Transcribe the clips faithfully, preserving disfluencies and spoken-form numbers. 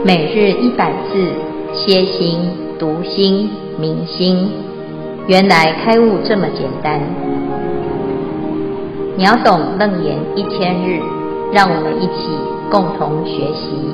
每日一百字，歇心、读心、明心，原来开悟这么简单。秒懂楞严一千日，让我们一起共同学习。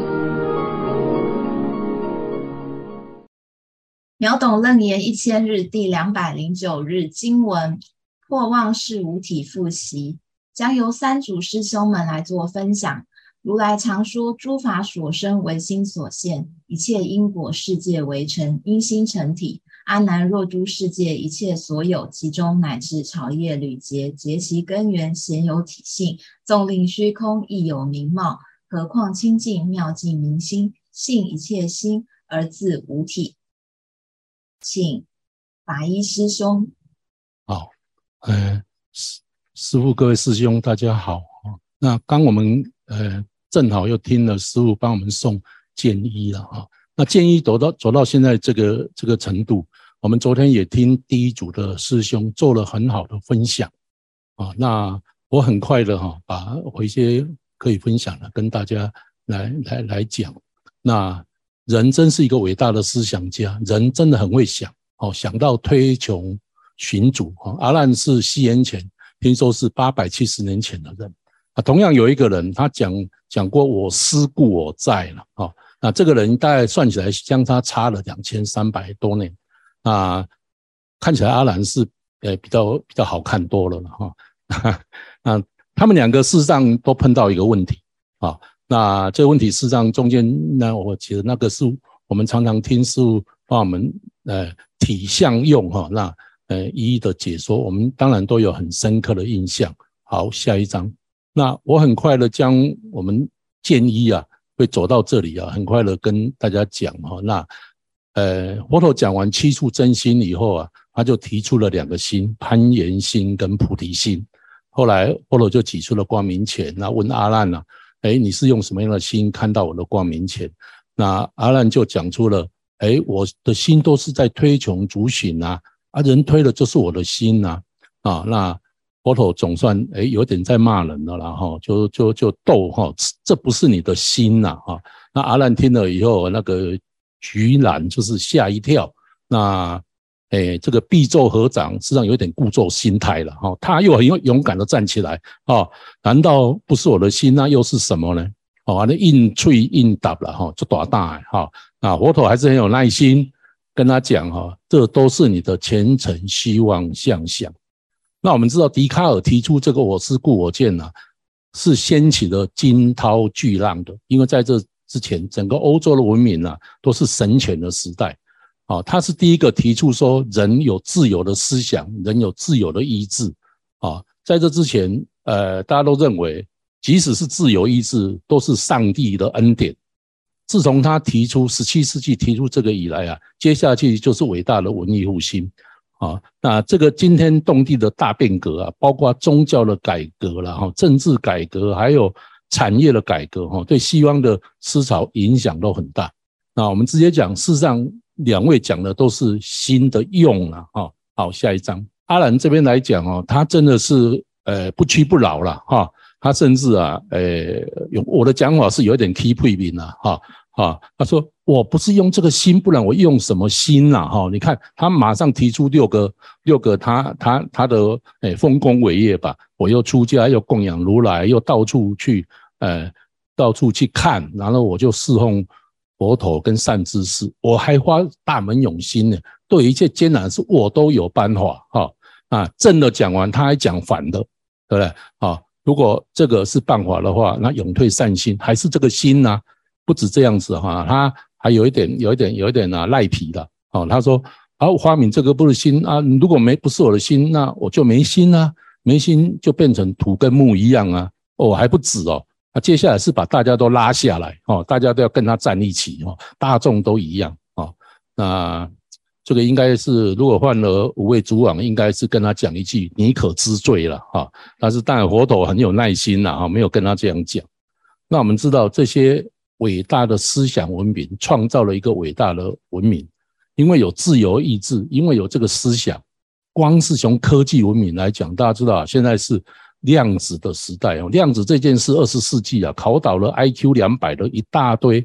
秒懂楞严一千日第两百零九日经文，破妄事无体复习，将由三组师兄们来做分享。如来常说，诸法所生为心所现，一切因果世界为成，因心成体。阿难若诸世界一切所有，其中乃至草叶缕节，结其根源，咸有体性，纵令虚空亦有名貌。何况清净妙净明心，性一切心而自无体。请法医师兄。 好，呃，师师父各位师兄大家好。那刚我们呃正好又听了师父帮我们送建一了哈。那建一走到走到现在这个这个程度，我们昨天也听第一组的师兄做了很好的分享啊。那我很快的哈，把我一些可以分享的跟大家来来来讲。那人真是一个伟大的思想家，人真的很会想哦，想到推穷寻主哦。阿难是西元前，听说是八百七十年前的人。啊，同样有一个人，他讲讲过我思故我在了，哦，那这个人大概算起来相差差了两千三百多年，啊，看起来阿难是呃比较比较好看多了了哈，哦，那他们两个事实上都碰到一个问题啊，哦，那这个问题事实上中间呢，我觉得那个是我们常常听师父帮我们呃体相用哈，哦，那呃一一的解说，我们当然都有很深刻的印象。好，下一章。那我很快的将我们建一啊会走到这里啊，很快的跟大家讲哈。那呃佛陀讲完七处真心以后啊，他就提出了两个心，攀缘心跟菩提心。后来佛陀就挤出了光明前，那问阿难啊，诶你是用什么样的心看到我的光明前？那阿难就讲出了，诶我的心都是在推穷逐寻啊，啊人推了就是我的心啊，啊那。佛陀总算诶有点在骂人了啦齁，就就就逗齁，这不是你的心呐齁。那阿难听了以后，那个居然就是吓一跳。那诶这个必咒合掌，实际上有点故作心态了齁。他又很勇敢的站起来齁，难道不是我的心，那又是什么呢？哦，那硬脆硬答了齁，就大大齁。那佛陀还是很有耐心跟他讲齁，这都是你的虔诚希望相想。那我们知道笛卡尔提出这个我思故我见啊，是掀起了惊涛巨浪的，因为在这之前整个欧洲的文明啊都是神权的时代啊，他是第一个提出说人有自由的思想，人有自由的意志啊，在这之前呃大家都认为即使是自由意志都是上帝的恩典。自从他提出十七世纪提出这个以来啊，接下去就是伟大的文艺复兴。啊，那这个惊天动地的大变革啊，包括宗教的改革啦，哈，政治改革，还有产业的改革，哈，对西方的思潮影响都很大。那我们直接讲，事实上两位讲的都是心的用啦，哈。好，下一章，阿难这边来讲哦，他真的是呃不屈不挠啦，哈，他甚至啊，呃，用我的讲法是有一点欺配面啦，哈。啊，他说我不是用这个心，不然我用什么心啊？哈，你看他马上提出六个六个他他他的诶丰功伟业吧，我又出家，又供养如来，又到处去呃到处去看，然后我就侍奉佛陀跟善知识，我还发大门涌心呢，对一切艰难事我都有办法哈。啊，正的讲完，他还讲反的，对不对？啊，如果这个是办法的话，那永退善心还是这个心呢，啊？不止这样子哈，他还有一点有一点有一点啊赖皮的哦。他说啊，发明这个不是心啊，如果没不是我的心，那我就没心啊，没心就变成土跟木一样啊。哦，还不止哦，那接下来是把大家都拉下来哦，大家都要跟他站一起哦，大众都一样哦。那这个应该是如果换了五位主网，应该是跟他讲一句你可知罪了哈。但是当然佛陀很有耐心啦哈，没有跟他这样讲。那我们知道这些伟大的思想文明创造了一个伟大的文明，因为有自由意志，因为有这个思想。光是从科技文明来讲，大家知道现在是量子的时代哦，量子这件事二十世纪啊考倒了 I Q 两百的一大堆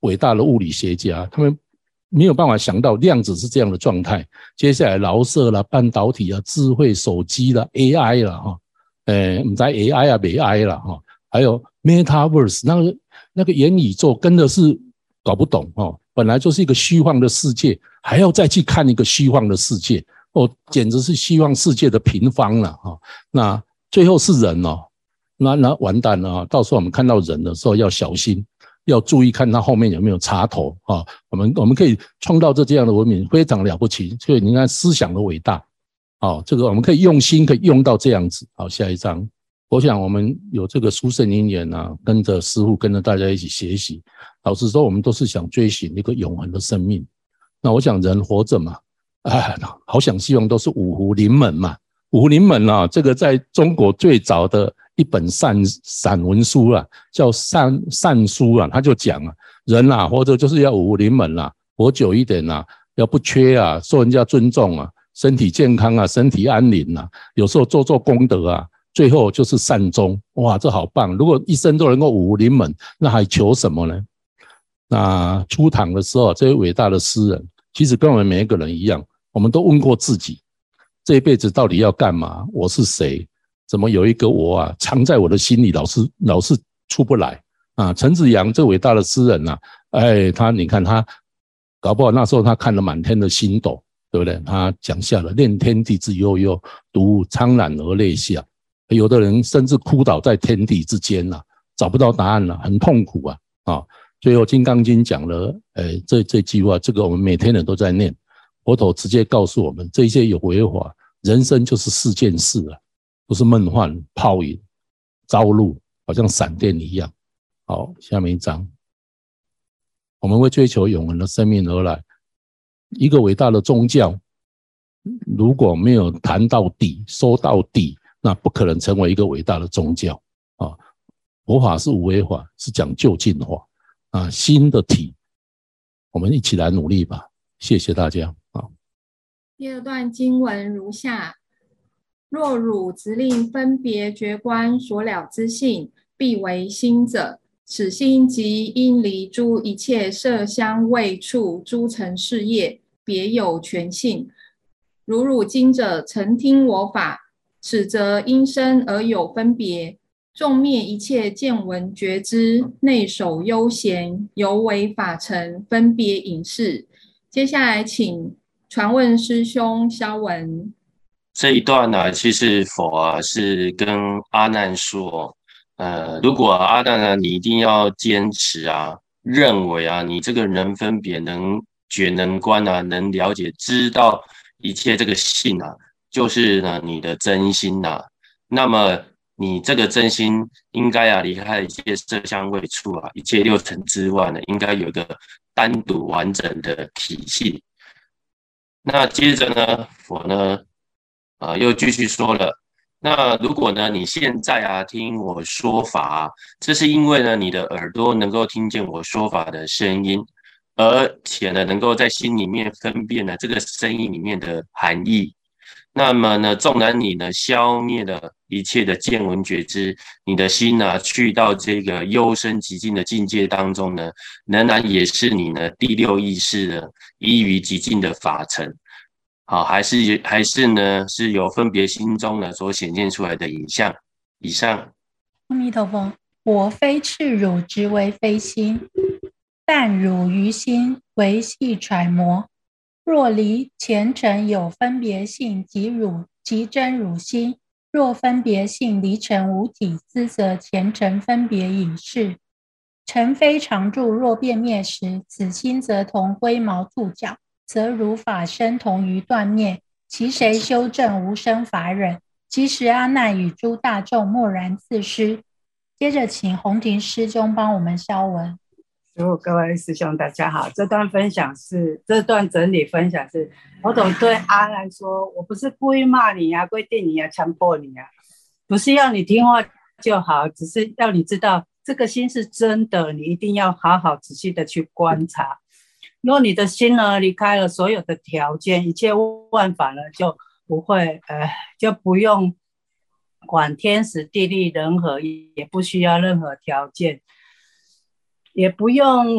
伟大的物理学家，他们没有办法想到量子是这样的状态。接下来劳射啦、半导体啊、智慧手机啦、A I 啦哈，呃，不知道 A I 啊没 A I 啦哈，还有 Metaverse 那个那个元宇宙，真的是搞不懂哦。本来就是一个虚幻的世界，还要再去看一个虚幻的世界，哦，简直是虚幻世界的平方了哈。那最后是人哦，那那完蛋了啊！到时候我们看到人的时候要小心。要注意看它后面有没有插头啊！我们我们可以创造这这样的文明，非常了不起。所以你看思想的伟大，哦，这个我们可以用心，可以用到这样子。好，下一章，我想我们有这个殊胜因缘啊，跟着师父，跟着大家一起学习。老实说，我们都是想追寻一个永恒的生命。那我想人活着嘛，啊，好想希望都是五湖临门嘛。五湖临门啊，这个在中国最早的一本散散文书啊，叫散散书啊，他就讲啊，人啊活着就是要五湖临门啦、啊，活久一点啊，要不缺啊，受人家尊重啊，身体健康啊，身体安宁啊，有时候做做功德啊，最后就是善终。哇，这好棒！如果一生都能够五湖临门，那还求什么呢？那出堂的时候，这些伟大的诗人，其实跟我们每一个人一样，我们都问过自己，这一辈子到底要干嘛？我是谁？怎么有一个我啊，藏在我的心里，老是老是出不来啊？陈子阳这伟大的诗人啊，哎，他你看他，搞不好那时候他看了满天的星斗，对不对？他讲下了念天地之悠悠，独怆然而泪下。有的人甚至哭倒在天地之间啊，找不到答案了，很痛苦啊啊！最后《金刚经》讲了，哎，这这句话，这个我们每天人都在念。佛陀直接告诉我们，这些有为法，人生就是四件事啊，都是梦幻、泡影、朝露，好像闪电一样。好，下面一章，我们为追求永恒的生命而来。一个伟大的宗教，如果没有谈到底、说到底，那不可能成为一个伟大的宗教啊。佛法是无为法，是讲究竟法啊，心的体，我们一起来努力吧。谢谢大家。好， 第二段经文如下：若汝直令分别觉观所了之性，必为心者。此心即因离诸一切色香味触诸尘事业，别有全性。如汝今者曾听我法，此则因生而有分别，纵灭一切见闻觉知，内守悠闲，犹为法尘分别隐士。接下来请传问师兄萧文。 这一段呢、啊，其实佛啊是跟阿难说，呃，如果阿难呢，你一定要坚持啊，认为啊，你这个人分别能觉能观啊，能了解知道一切这个性啊，就是呢你的真心呐、啊。那么你这个真心应该啊离开一切色香味触啊，一切六尘之外呢，应该有一个单独完整的体系。那接着呢，佛呢，呃，又继续说了。那如果呢，你现在啊听我说法啊，这是因为呢，你的耳朵能够听见我说法的声音，而且呢，能够在心里面分辨呢这个声音里面的含义。那么呢，纵然你呢消灭了一切的见闻觉知，你的心呢去到这个幽深极静的境界当中呢，仍然也是你呢第六意识的依于极静的法尘。好，还是还是呢，是由分别心中呢所显现出来的影像。以上。 阿弥陀佛，我非赤汝之为非心，但汝于心为系揣摩。若离前尘有分别性，即汝即真汝心；若分别性离尘无体，兹则前尘分别隐士。尘非常住，若变灭时，此心则同龟毛兔角。则如法身同于断灭，其谁修正无生法忍？即时阿难与诸大众默然自失。接着请洪庭师兄帮我们消文。 师父，各位师兄大家好，这段分享是这段整理分享是佛陀对阿难说，我不是故意骂你啊，规定你啊，强迫你啊，不是要你听话就好，只是要你知道这个心是真的，你一定要好好仔细的去观察。如果你的心呢离开了所有的条件，一切万法呢就不会呃就不用管天时地利人和，也不需要任何条件，也不用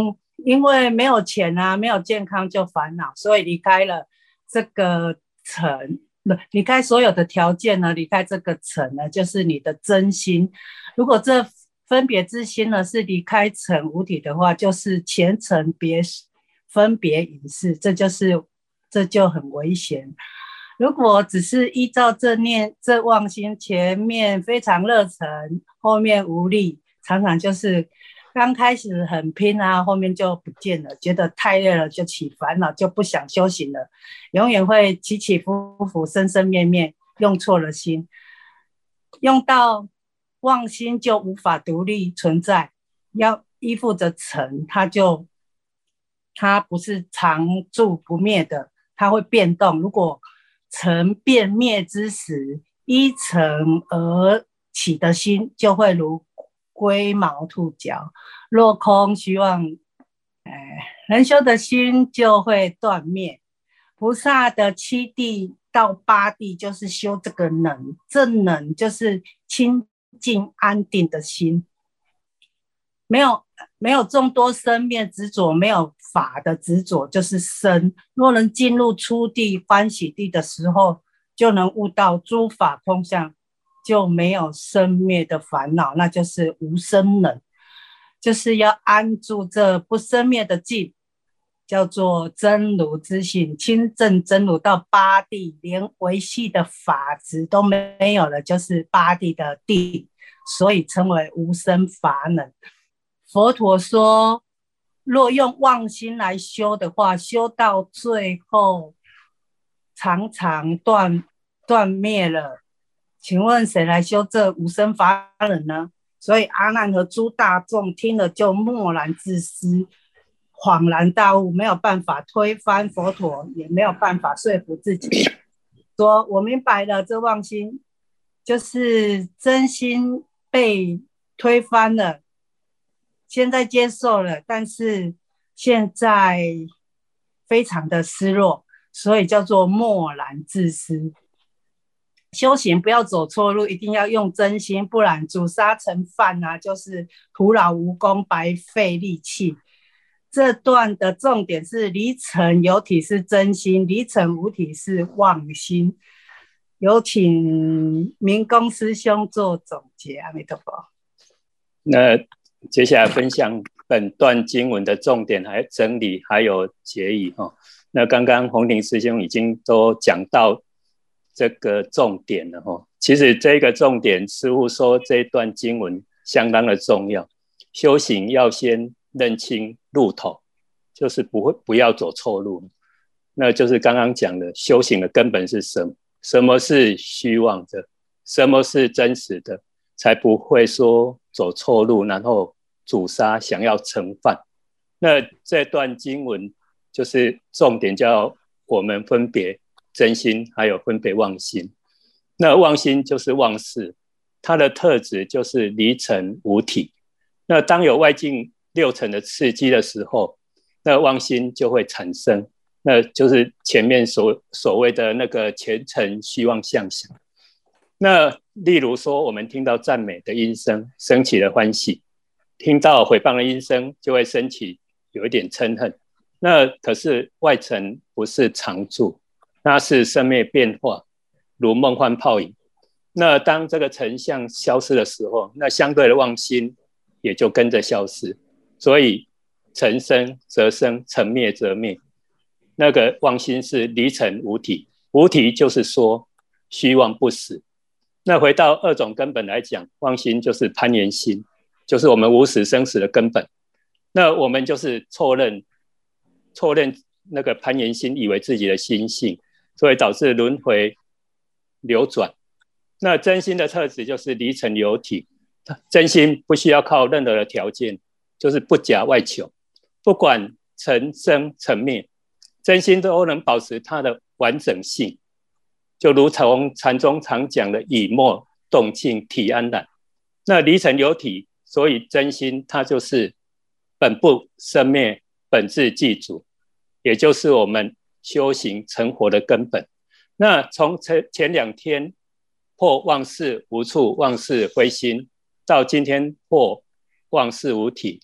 因为没有钱啊，没有健康就烦恼，所以离开了这个尘，离开所有的条件呢，离开这个尘呢，就是你的真心。如果这分别之心呢是离开尘无体的话，就是前尘别分别隐士，这就是这就很危险。如果只是依照这念这妄心，前面非常热忱，后面无力，常常就是刚开始很拼啊，后面就不见了，觉得太累了就起烦恼，就不想修行了，永远会起起伏伏，生生灭灭，用错了心，用到妄心就无法独立存在，要依附着尘，它就它不是常住不灭的，它会变动。如果尘变灭之时，依尘而起的心就会如龟毛兔角，落空虚妄，哎，人修的心就会断灭。菩萨的七地到八地就是修这个能，这能就是清净安定的心，没有没有众多生灭执着，没有法的执着，就是生。若能进入初地欢喜地的时候，就能悟到诸法空相，就没有生灭的烦恼，那就是无生能，就是要安住这不生灭的境，叫做真如之性，清正真如到八地，连维系的法执都没有了，就是八地的地，所以称为无生法能。佛陀说，若用妄心来修的话，修到最后常常断断灭了。请问谁来修这无生法忍呢？所以阿难和诸大众听了就默然自失，恍然大悟，没有办法推翻佛陀，也没有办法说服自己，说我明白了，这妄心就是真心被推翻了，现在接受了，但是现在非常的失落，所以叫做默然自失。修行不要走错路，一定要用真心，不然煮沙成饭啊，就是徒劳无功，白费力气。这段的重点是离尘有体是真心，离尘无体是妄心。有请明公师兄做总结。阿弥陀佛。 那接下来分享本段经文的重点，还有整理，还有结语哈。那刚刚洪庭师兄已经都讲到这个重点了哈。其实这个重点，师父说这一段经文相当的重要。修行要先认清路头，就是不会不要走错路。那就是刚刚讲的，修行的根本是什么？什么是虚妄的？什么是真实的？才不会说走错路，然后煮沙想要盛饭。那这段经文就是重点，叫我们分别真心，还有分别妄心。那妄心就是妄事，它的特质就是离尘无体。那当有外境六尘的刺激的时候，那妄心就会产生，那就是前面所所谓的那个前尘虚妄相想。那例如说，我们听到赞美的音声，升起了欢喜；听到毁谤的音声，就会升起有一点嗔恨。那可是外尘不是常住，那是生灭变化，如梦幻泡影。那当这个尘相消失的时候，那相对的妄心也就跟着消失。所以尘生则生，尘灭则灭。那个妄心是离尘无体，无体就是说虚妄不实。那回到二种根本来讲，妄心就是攀缘心，就是我们无始生死的根本。那我们就是错认错认那个攀缘心，以为自己的心性，所以导致轮回流转。那真心的特质就是离尘有体，真心不需要靠任何的条件，就是不假外求，不管尘生尘灭，真心都能保持它的完整性。就如同禅宗常讲的以默动静体安然。那离尘有体，所以真心它就是本不生灭，本自具足，也就是我们修行成佛的根本。那从前两天破妄事无处，妄事灰心，到今天破妄事无体，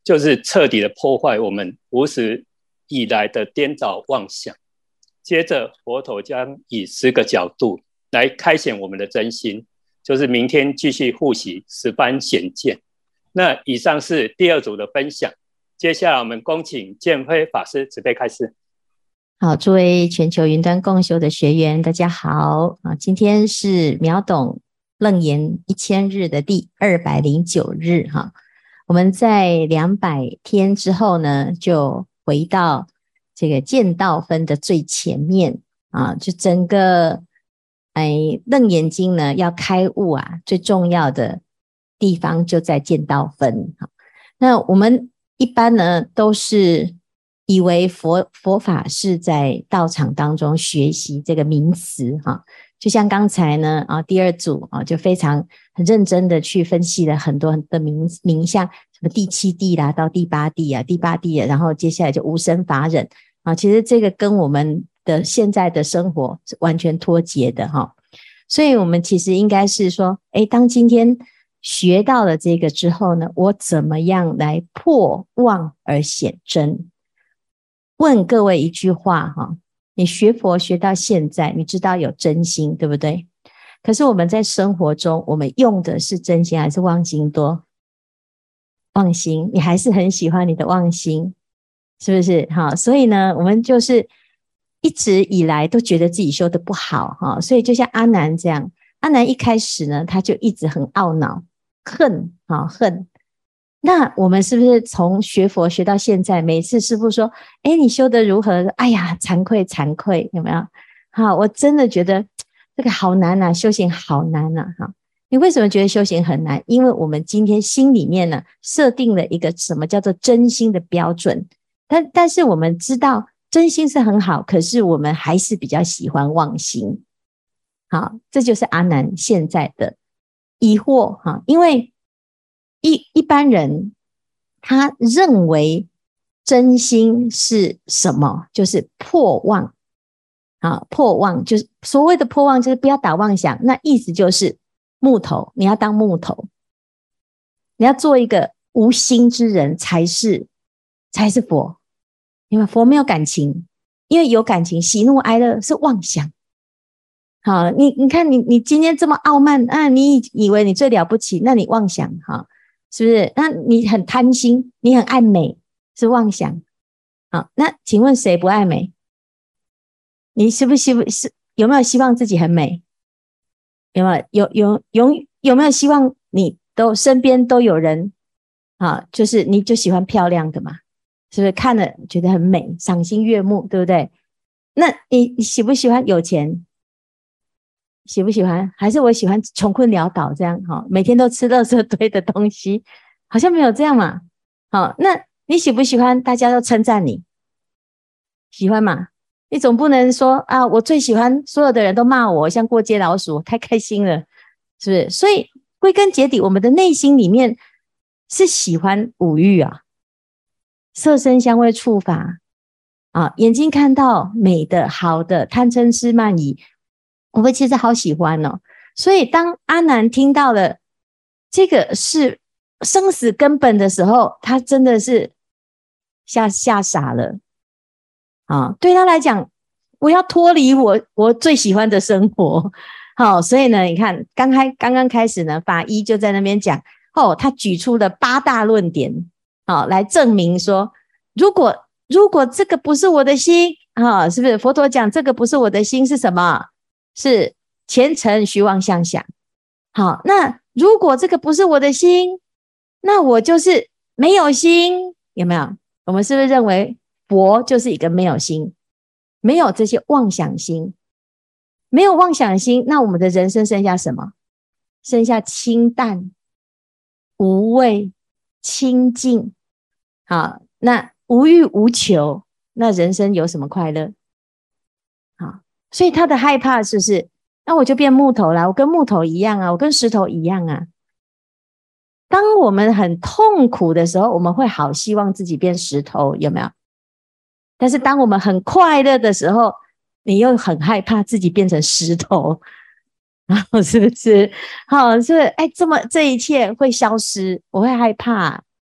就是彻底的破坏我们无始以来的颠倒妄想。接着佛陀将以十个角度来开显我们的真心，就是明天继续复习十番显见。那以上是第二组的分享，接下来我们恭请建辉法师慈悲开示。 好，诸位全球云端共修的学员大家好啊！今天是秒懂楞严一千日的第二百零九日哈。我们在两百天之后呢，就回到这个见道分的最前面啊，就整个哎楞严经呢要开悟啊，最重要的地方就在见道分。那我们一般呢都是以为佛佛法是在道场当中学习这个名词哈，就像刚才呢啊第二组啊就非常很认真的去分析了很多的名名相，什么第七地啦到第八地啊，第八地啊，然后接下来就无生法忍啊，其实这个跟我们的现在的生活是完全脱节的哈，所以我们其实应该是说，诶，当今天学到了这个之后呢，我怎么样来破妄而显真？问各位一句话哈，你学佛学到现在，你知道有真心，对不对？可是我们在生活中，我们用的是真心还是妄心多？妄心，你还是很喜欢你的妄心，是不是？好，所以呢，我们就是一直以来都觉得自己修得不好哈，所以就像阿难这样，阿难一开始呢，他就一直很懊恼，恨啊恨。那我们是不是从学佛学到现在，每次师父说，哎，你修得如何？哎呀，惭愧惭愧，有没有？好，我真的觉得这个好难啊，修行好难啊。哈，你为什么觉得修行很难？因为我们今天心里面呢，设定了一个什么叫做真心的标准，但但是我们知道真心是很好，可是我们还是比较喜欢妄心。好，这就是阿难现在的疑惑哈，因为一一般人他认为真心是什么？就是破妄啊，破妄就是所谓的破妄，就是不要打妄想。那意思就是木头，你要当木头，你要做一个无心之人才是才是佛。因为佛没有感情，因为有感情，喜怒哀乐是妄想。好，你你看你你今天这么傲慢啊，你以为你最了不起，那你妄想哈。是不是？那你很贪心，你很爱美，是妄想。好，那请问谁不爱美？你是不是希是有没有希望自己很美？有没有有有有有没有希望你都身边都有人啊？就是你就喜欢漂亮的嘛？是不是看了觉得很美，赏心悦目，对不对？那你你喜不喜欢有钱？喜不喜欢？还是我喜欢穷困潦倒这样哈，每天都吃垃圾堆的东西，好像没有这样嘛。好，那你喜不喜欢大家都称赞你？喜欢嘛？你总不能说啊，我最喜欢所有的人都骂我，像过街老鼠，太开心了，是不是？所以归根结底，我们的内心里面是喜欢五欲啊，色声香味触法啊，眼睛看到美的、好的，贪嗔痴慢疑。我们其实好喜欢哦，所以当阿难听到了这个是生死根本的时候，他真的是吓吓傻了啊！对他来讲，我要脱离我我最喜欢的生活，好，所以呢，你看刚开刚刚开始呢，法医就在那边讲哦，他举出了八大论点，好来证明说，如果如果这个不是我的心啊，是不是？佛陀讲这个不是我的心是什么？是前尘虚妄相想。好，那如果这个不是我的心，那我就是没有心，有没有？我们是不是认为佛就是一个没有心，没有这些妄想心，没有妄想心，那我们的人生剩下什么？剩下清淡、无畏、清净。好，那无欲无求，那人生有什么快乐？好，所以他的害怕是不是？那我就变木头啦，我跟木头一样啊，我跟石头一样啊。当我们很痛苦的时候，我们会好希望自己变石头，有没有？但是当我们很快乐的时候，你又很害怕自己变成石头，然后是不是？好，是哎，这么这一切会消失，我会害怕。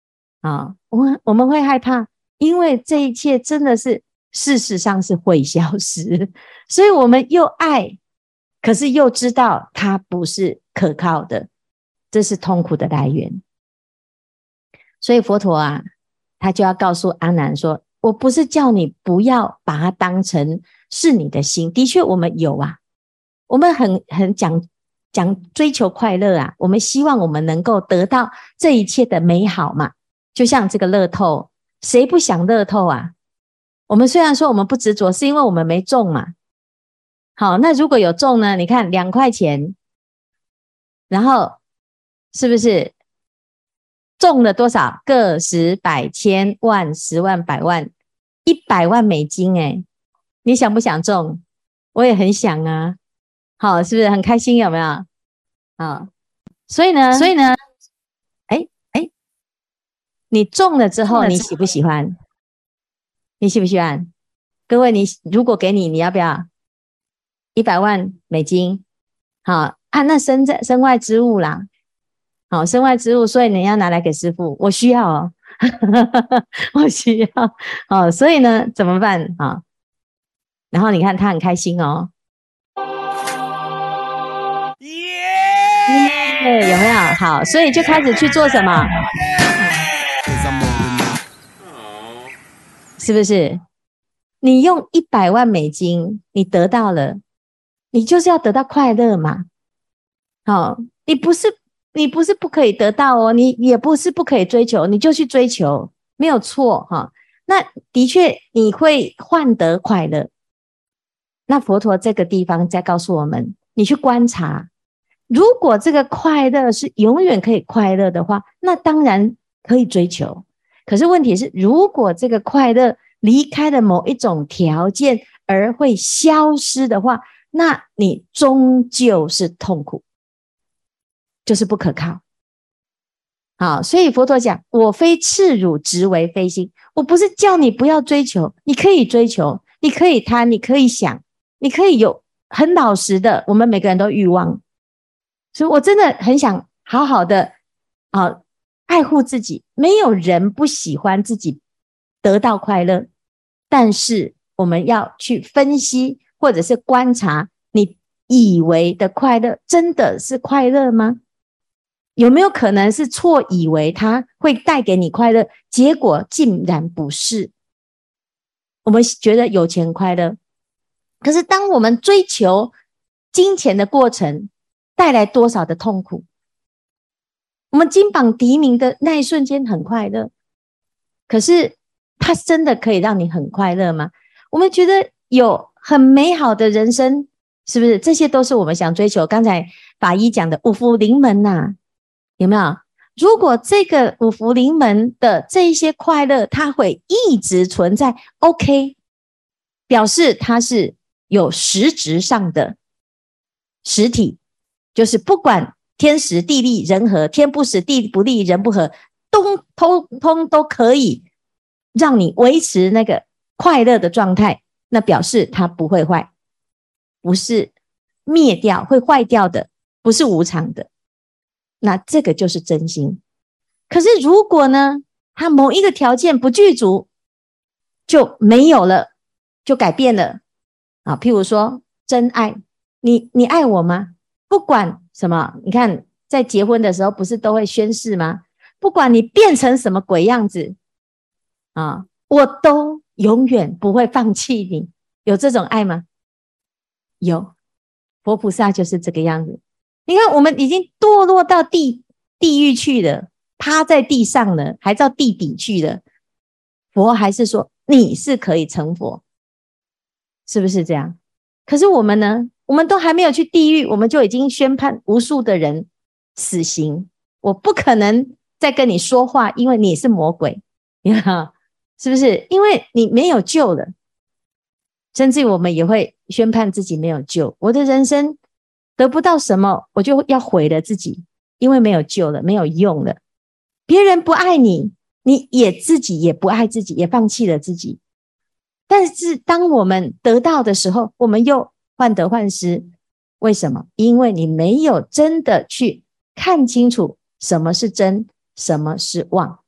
啊，我们我们会害怕，因为这一切真的是事实上是会消失，所以我们又爱，可是又知道它不是可靠的，这是痛苦的来源。所以佛陀啊，他就要告诉阿难说，我不是叫你不要把它当成是你的心，的确我们有啊，我们很很讲讲追求快乐啊，我们希望我们能够得到这一切的美好嘛，就像这个乐透，谁不想乐透啊？我们虽然说我们不执着，是因为我们没中嘛。好，那如果有中呢？你看两块钱，然后是不是中了多少？个十百千万十万百万一百万美金诶，你想不想中？我也很想啊。好，是不是很开心？有没有？好，所以呢，所以呢，哎哎，你中了之后，你喜不喜欢？你喜不喜欢？各位，你如果给你，你要不要？一百万美金，好啊，那身在身外之物啦，好，身外之物，所以你要拿来给师父，我需要哦，我需要，好，所以呢，怎么办啊？然后你看他很开心哦。耶，有没有？好，所以就开始去做什么？是不是？你用一百万美金，你得到了，你就是要得到快乐嘛。好，你不是你不是不可以得到哦，你也不是不可以追求，你就去追求，没有错哈。那的确你会换得快乐。那佛陀这个地方在告诉我们，你去观察。如果这个快乐是永远可以快乐的话，那当然可以追求。可是问题是，如果这个快乐离开了某一种条件而会消失的话，那你终究是痛苦，就是不可靠。好，所以佛陀讲，我非赤汝执为非心，我不是叫你不要追求，你可以追求，你可以贪，你可以想，你可以有很老实的，我们每个人都欲望。所以我真的很想好好的啊爱护自己，没有人不喜欢自己得到快乐，但是我们要去分析或者是观察，你以为的快乐真的是快乐吗？有没有可能是错以为它会带给你快乐，结果竟然不是？我们觉得有钱快乐，可是当我们追求金钱的过程带来多少的痛苦？我们金榜题名的那一瞬间很快乐，可是它真的可以让你很快乐吗？我们觉得有很美好的人生，是不是？这些都是我们想追求。刚才法医讲的五福临门呐、啊，有没有？如果这个五福临门的这一些快乐，它会一直存在 ，OK， 表示它是有实质上的实体。就是不管天时地利人和，天不时地不利人不和，通通通都可以让你维持那个快乐的状态，那表示它不会坏，不是灭掉会坏掉的，不是无常的，那这个就是真心。可是如果呢，它某一个条件不具足，就没有了，就改变了啊。譬如说真爱，你你爱我吗？不管什么，你看在结婚的时候不是都会宣誓吗？不管你变成什么鬼样子啊，我都永远不会放弃你。有这种爱吗？有，佛菩萨就是这个样子。你看我们已经堕落到地地狱去了，趴在地上了，还到地底去了，佛还是说你是可以成佛，是不是这样？可是我们呢？我们都还没有去地狱，我们就已经宣判无数的人死刑。我不可能再跟你说话，因为你是魔鬼，是不是？因为你没有救了。甚至我们也会宣判自己没有救，我的人生得不到什么，我就要毁了自己，因为没有救了，没有用了。别人不爱你，你也自己也不爱自己，也放弃了自己。但是当我们得到的时候，我们又患得患失。为什么？因为你没有真的去看清楚什么是真，什么是妄。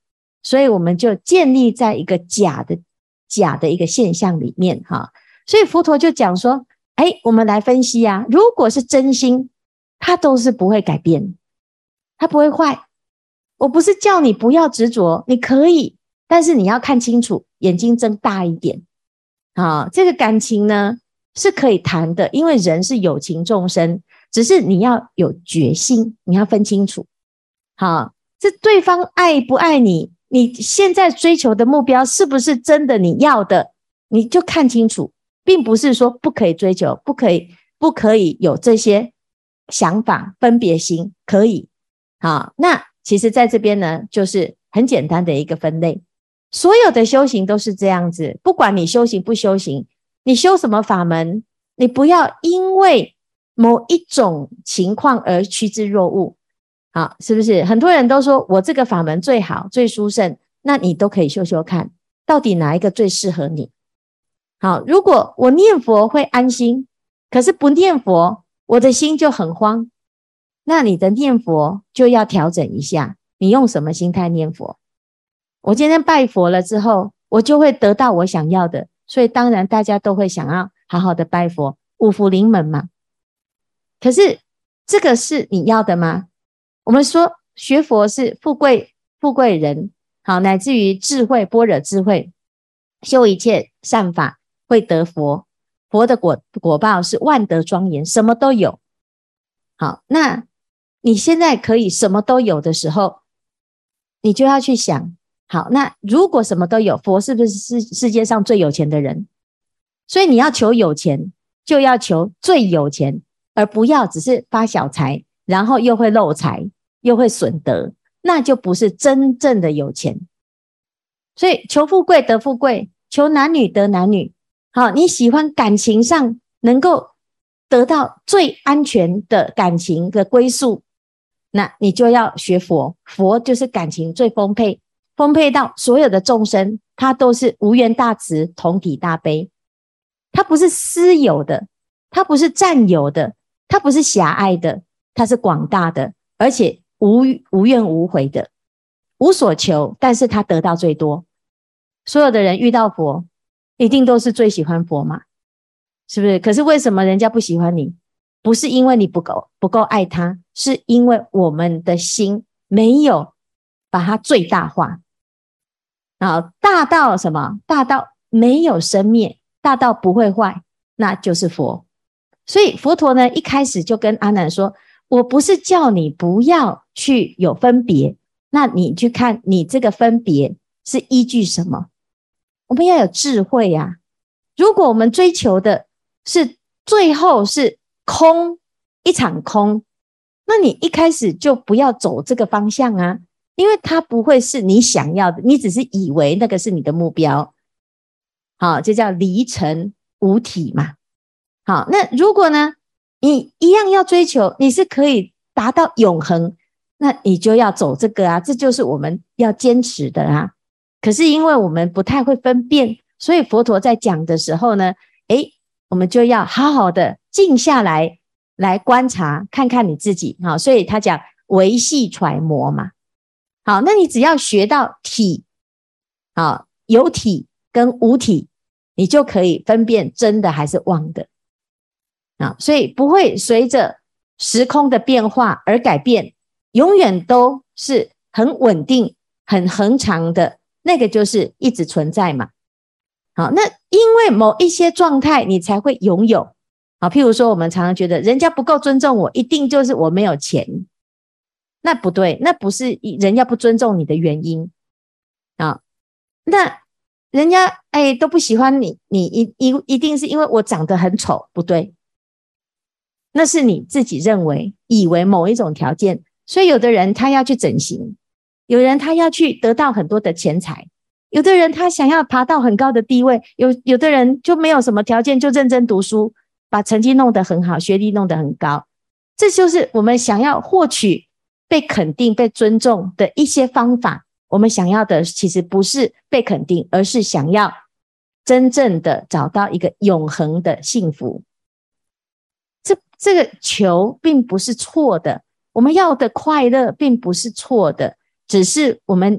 所以我们就建立在一个假的假的一个现象里面哈。所以佛陀就讲说，哎，我们来分析啊，如果是真心，它都是不会改变，它不会坏。我不是叫你不要执着，你可以，但是你要看清楚，眼睛睁大一点啊。这个感情呢是可以谈的，因为人是有情众生，只是你要有决心，你要分清楚。好，这对方爱不爱你，你现在追求的目标是不是真的你要的，你就看清楚，并不是说不可以追求，不可以不可以有这些想法分别心，可以。好，那其实在这边呢就是很简单的一个分类，所有的修行都是这样子，不管你修行不修行，你修什么法门，你不要因为某一种情况而趋之若鹜。好，是不是很多人都说我这个法门最好最殊胜，那你都可以修修看到底哪一个最适合你。好，如果我念佛会安心，可是不念佛我的心就很慌，那你的念佛就要调整一下，你用什么心态念佛。我今天拜佛了之后，我就会得到我想要的，所以当然大家都会想要好好的拜佛，五福临门嘛。可是这个是你要的吗？我们说学佛是富贵富贵人，好，乃至于智慧般若智慧，修一切善法会得佛，佛的果果报是万德庄严，什么都有。好，那你现在可以什么都有的时候，你就要去想，好，那如果什么都有，佛是不是世界上最有钱的人？所以你要求有钱，就要求最有钱，而不要只是发小财，然后又会漏财，又会损德，那就不是真正的有钱。所以求富贵得富贵，求男女得男女。好，你喜欢感情上能够得到最安全的感情的归宿，那你就要学佛。佛就是感情最丰沛，丰沛到所有的众生，他都是无缘大慈，同体大悲。他不是私有的，他不是占有的，他不是狭隘的，他是广大的，而且无无怨无悔的，无所求，但是他得到最多。所有的人遇到佛，一定都是最喜欢佛嘛，是不是？可是为什么人家不喜欢你？不是因为你不够不够爱他，是因为我们的心没有把它最大化。啊，大到什么？大到没有生灭，大到不会坏，那就是佛。所以佛陀呢，一开始就跟阿难说，我不是叫你不要去有分别，那你去看你这个分别是依据什么？我们要有智慧啊。如果我们追求的是最后是空，一场空，那你一开始就不要走这个方向啊，因为它不会是你想要的，你只是以为那个是你的目标。好，这叫离尘无体嘛。好，那如果呢，你一样要追求，你是可以达到永恒，那你就要走这个啊，这就是我们要坚持的啊。可是因为我们不太会分辨，所以佛陀在讲的时候呢，诶，我们就要好好的静下来，来观察看看你自己。好，所以他讲维系揣摩嘛。好，那你只要学到体，好，有体跟无体，你就可以分辨真的还是妄的。啊，所以不会随着时空的变化而改变，永远都是很稳定很恒长的，那个就是一直存在嘛。好，那因为某一些状态你才会拥有。好，譬如说我们常常觉得人家不够尊重我，一定就是我没有钱，那不对，那不是人家不尊重你的原因啊。那人家哎都不喜欢你，你一一一定是因为我长得很丑，不对，那是你自己认为以为某一种条件。所以有的人他要去整形，有人他要去得到很多的钱财，有的人他想要爬到很高的地位，有有的人就没有什么条件，就认真读书，把成绩弄得很好，学历弄得很高。这就是我们想要获取被肯定被尊重的一些方法。我们想要的其实不是被肯定，而是想要真正的找到一个永恒的幸福。这这个求并不是错的，我们要的快乐并不是错的，只是我们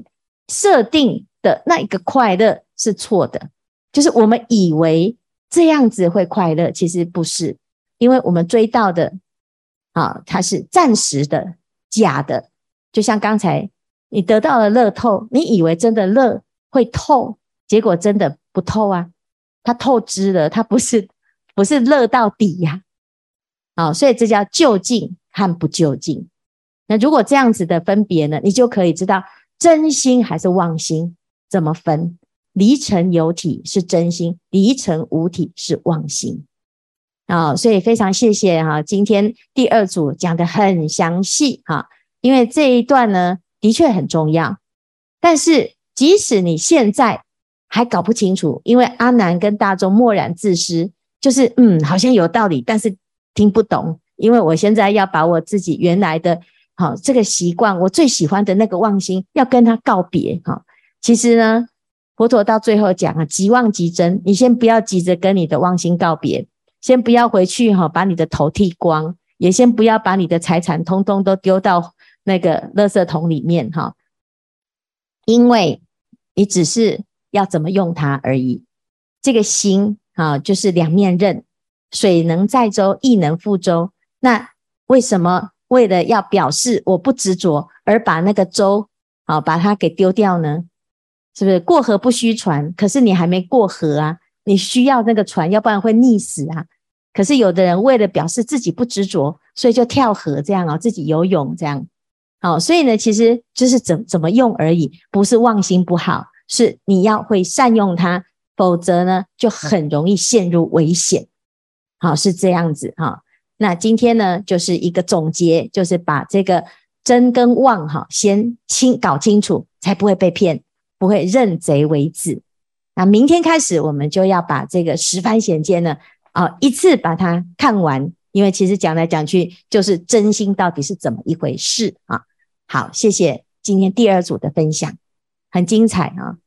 设定的那一个快乐是错的，就是我们以为这样子会快乐，其实不是，因为我们追到的啊，它是暂时的、假的。就像刚才你得到了乐透，你以为真的乐会透，结果真的不透啊，它透支了，它不是不是乐到底呀、啊。好，所以这叫就近和不就近。那如果这样子的分别呢，你就可以知道真心还是妄心怎么分。离尘有体是真心，离尘无体是妄心。啊、哦，所以非常谢谢哈、啊，今天第二组讲得很详细哈、啊，因为这一段呢的确很重要。但是即使你现在还搞不清楚，因为阿难跟大众默然自失，就是嗯好像有道理，但是听不懂，因为我现在要把我自己原来的好、哦、这个习惯，我最喜欢的那个妄心要跟他告别哈、哦。其实呢，佛陀到最后讲啊，即妄即真，你先不要急着跟你的妄心告别。先不要回去哈，把你的头剃光，也先不要把你的财产通通都丢到那个垃圾桶里面哈，因为你只是要怎么用它而已。这个心啊，就是两面刃，水能载舟，亦能覆舟。那为什么为了要表示我不执着，而把那个舟啊把它给丢掉呢？是不是过河不须船？可是你还没过河啊。你需要那个船，要不然会溺死啊。可是有的人为了表示自己不执着，所以就跳河这样哦，自己游泳这样。好，所以呢，其实就是怎怎么用而已，不是妄心不好，是你要会善用它，否则呢就很容易陷入危险。好，是这样子哈。那今天呢，就是一个总结，就是把这个真跟妄哈先清搞清楚，才不会被骗，不会认贼为子。那明天开始我们就要把这个十番显见呢啊一次把它看完，因为其实讲来讲去就是真心到底是怎么一回事啊。好，谢谢今天第二组的分享，很精彩啊。